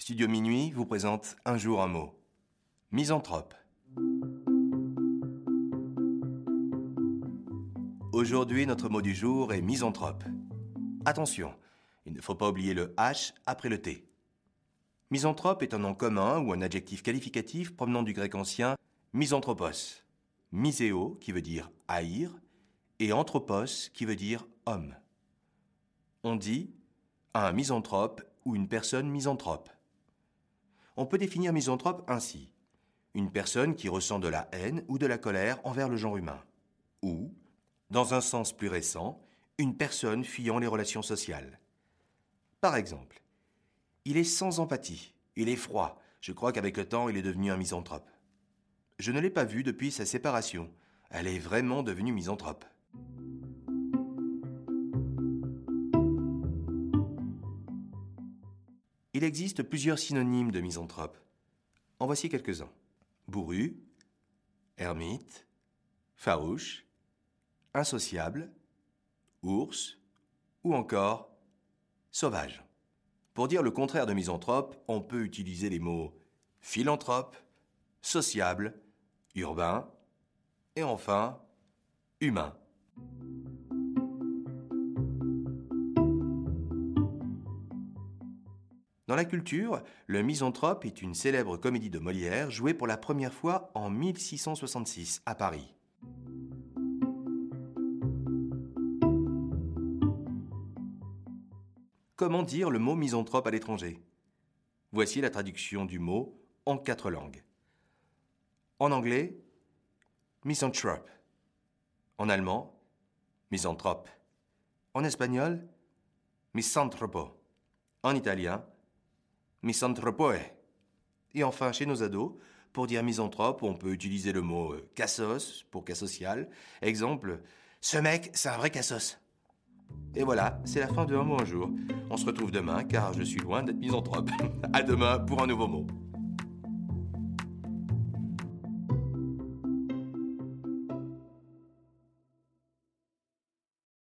Studio Minuit vous présente Un jour un mot. Misanthrope. Aujourd'hui, notre mot du jour est misanthrope. Attention, il ne faut pas oublier le H après le T. Misanthrope est un nom commun ou un adjectif qualificatif provenant du grec ancien misanthropos. Miséo, qui veut dire haïr, et anthropos, qui veut dire homme. On dit un misanthrope ou une personne misanthrope. On peut définir misanthrope ainsi. Une personne qui ressent de la haine ou de la colère envers le genre humain. Ou, dans un sens plus récent, une personne fuyant les relations sociales. Par exemple, il est sans empathie, il est froid. Je crois qu'avec le temps, il est devenu un misanthrope. Je ne l'ai pas vu depuis sa séparation. Elle est vraiment devenue misanthrope. Il existe plusieurs synonymes de misanthrope. En voici quelques-uns. Bourru, ermite, farouche, insociable, ours ou encore sauvage. Pour dire le contraire de misanthrope, on peut utiliser les mots philanthrope, sociable, urbain et enfin humain. Dans la culture, le Misanthrope est une célèbre comédie de Molière jouée pour la première fois en 1666 à Paris. Comment dire le mot misanthrope à l'étranger? Voici la traduction du mot en 4 langues. En anglais, misanthrope. En allemand, misanthrope. En espagnol, misanthropo. En italien, misanthropoe. Et enfin, chez nos ados, pour dire misanthrope, on peut utiliser le mot cassos pour cas social. Exemple, ce mec, c'est un vrai cassos. Et voilà, c'est la fin de Un mot un jour. On se retrouve demain car je suis loin d'être misanthrope. À demain pour un nouveau mot.